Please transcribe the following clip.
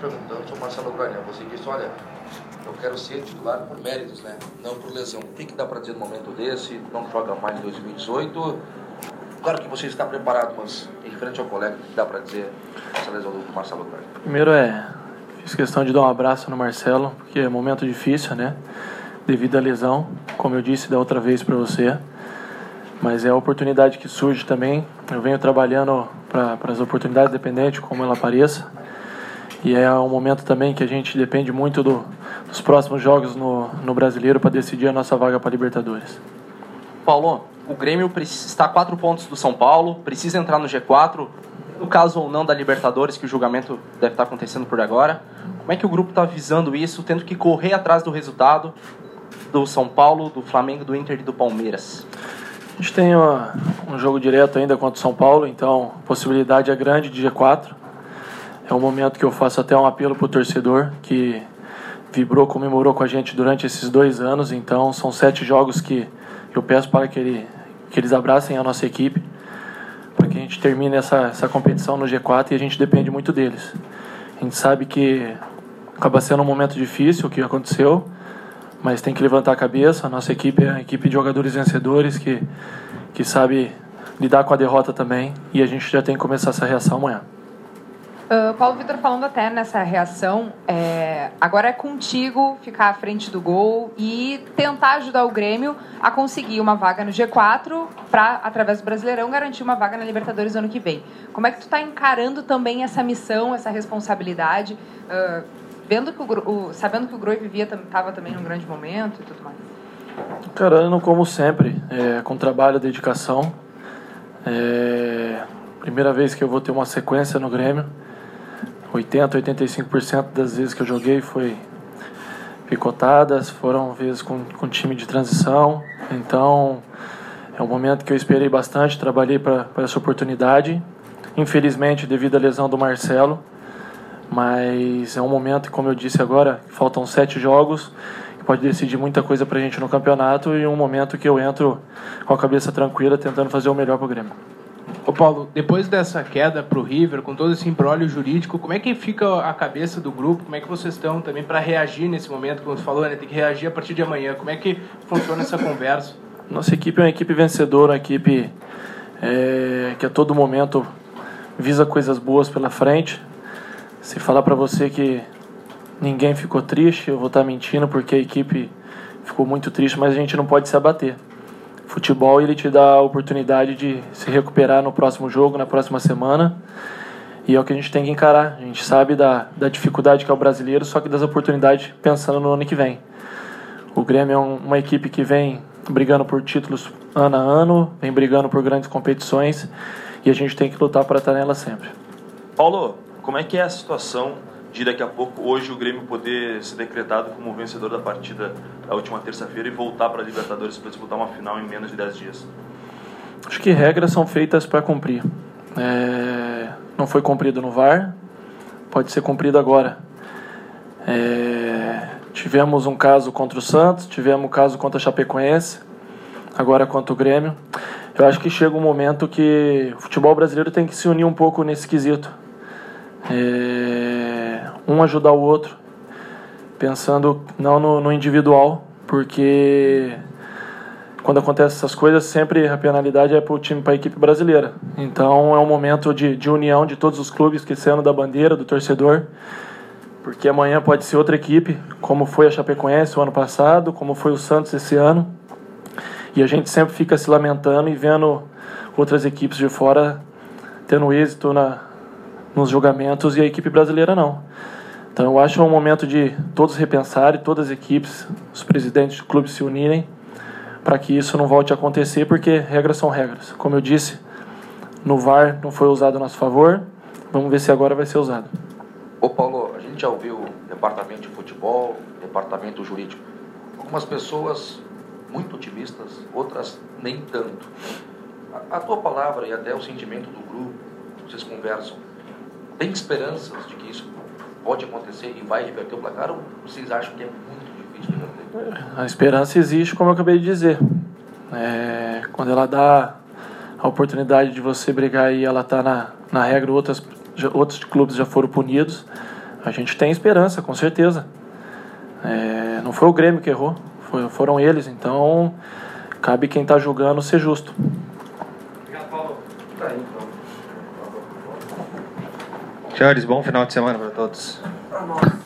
perguntando sobre o Marcelo Granel. Você disse, olha, eu quero ser titular por méritos, né? Não por lesão. O que dá para dizer no momento desse? Não joga mais em 2018. Claro que você está preparado, mas em frente ao colega, o que dá para dizer essa lesão do Marcelo Granel? Primeiro fiz questão de dar um abraço no Marcelo, porque é um momento difícil, né? Devido à lesão, como eu disse da outra vez para você. Mas é a oportunidade que surge também. Eu venho trabalhando para as oportunidades, dependente como ela apareça. E é um momento também que a gente depende muito dos próximos jogos no Brasileiro para decidir a nossa vaga para a Libertadores. Paulo, o Grêmio está a 4 pontos do São Paulo, precisa entrar no G4, no caso ou não da Libertadores, que o julgamento deve estar acontecendo por agora. Como é que o grupo está visando isso, tendo que correr atrás do resultado do São Paulo, do Flamengo, do Inter e do Palmeiras? A gente tem um jogo direto ainda contra o São Paulo, então a possibilidade é grande de G4. É um momento que eu faço até um apelo para o torcedor, que vibrou, comemorou com a gente durante esses 2 anos. Então são 7 jogos que eu peço para que eles abracem a nossa equipe, para que a gente termine essa competição no G4, e a gente depende muito deles. A gente sabe que acaba sendo um momento difícil o que aconteceu, mas tem que levantar a cabeça. A nossa equipe é uma equipe de jogadores vencedores que sabe lidar com a derrota também, e a gente já tem que começar essa reação amanhã. Paulo Vitor, falando até nessa reação, agora é contigo ficar à frente do gol e tentar ajudar o Grêmio a conseguir uma vaga no G4 para, através do Brasileirão, garantir uma vaga na Libertadores ano que vem. Como é que tu está encarando também essa missão, essa responsabilidade, sabendo que o Groi estava também num grande momento e tudo mais? Encarando como sempre, com trabalho e dedicação. Primeira vez que eu vou ter uma sequência no Grêmio. 85% das vezes que eu joguei foi picotadas, foram vezes com time de transição. Então é um momento que eu esperei bastante, trabalhei para essa oportunidade. Infelizmente, devido à lesão do Marcelo, mas é um momento, como eu disse agora, faltam 7 jogos, que pode decidir muita coisa para a gente no campeonato, e um momento que eu entro com a cabeça tranquila, tentando fazer o melhor para o Grêmio. Ô Paulo, depois dessa queda pro River, com todo esse imbróglio jurídico, como é que fica a cabeça do grupo? Como é que vocês estão também para reagir nesse momento? Como você falou, né? Tem que reagir a partir de amanhã. Como é que funciona essa conversa? Nossa equipe é uma equipe vencedora, uma equipe que a todo momento visa coisas boas pela frente. Se falar para você que ninguém ficou triste, eu vou estar mentindo, porque a equipe ficou muito triste, mas a gente não pode se abater. Futebol, ele te dá a oportunidade de se recuperar no próximo jogo, na próxima semana, e é o que a gente tem que encarar. A gente sabe da dificuldade que é o brasileiro, só que das oportunidades pensando no ano que vem. O Grêmio é uma equipe que vem brigando por títulos ano a ano, vem brigando por grandes competições, e a gente tem que lutar para estar nela sempre. Paulo, como é que é a situação de daqui a pouco, hoje, o Grêmio poder ser decretado como vencedor da partida da última terça-feira e voltar para a Libertadores para disputar uma final em menos de 10 dias? Acho que regras são feitas para cumprir. Não foi cumprido no VAR, pode ser cumprido agora. Tivemos um caso contra o Santos, tivemos um caso contra a Chapecoense, agora contra o Grêmio. Eu acho que chega um momento que o futebol brasileiro tem que se unir um pouco nesse quesito. Um ajudar o outro, pensando não no individual, porque quando acontecem essas coisas, sempre a penalidade é para o time, para a equipe brasileira. Então é um momento de união de todos os clubes, esquecendo da bandeira, do torcedor, porque amanhã pode ser outra equipe, como foi a Chapecoense o ano passado, como foi o Santos esse ano, e a gente sempre fica se lamentando e vendo outras equipes de fora tendo êxito nos julgamentos, e a equipe brasileira não. Então eu acho um momento de todos repensarem, todas as equipes, os presidentes de clubes se unirem para que isso não volte a acontecer, porque regras são regras. Como eu disse, no VAR não foi usado a nosso favor, vamos ver se agora vai ser usado. Ô Paulo, a gente já ouviu departamento de futebol, departamento jurídico. Algumas pessoas muito otimistas, outras nem tanto. A tua palavra e até o sentimento do grupo, vocês conversam, tem esperanças de que isso pode acontecer e vai reverter o placar, ou vocês acham que é muito difícil de reverter? A esperança existe, como eu acabei de dizer. Quando ela dá a oportunidade de você brigar e ela está na regra, outros clubes já foram punidos. A gente tem esperança, com certeza. Não foi o Grêmio que errou, foram eles. Então, cabe quem está julgando ser justo. Obrigado, Paulo. Senhores, bom final de semana para todos.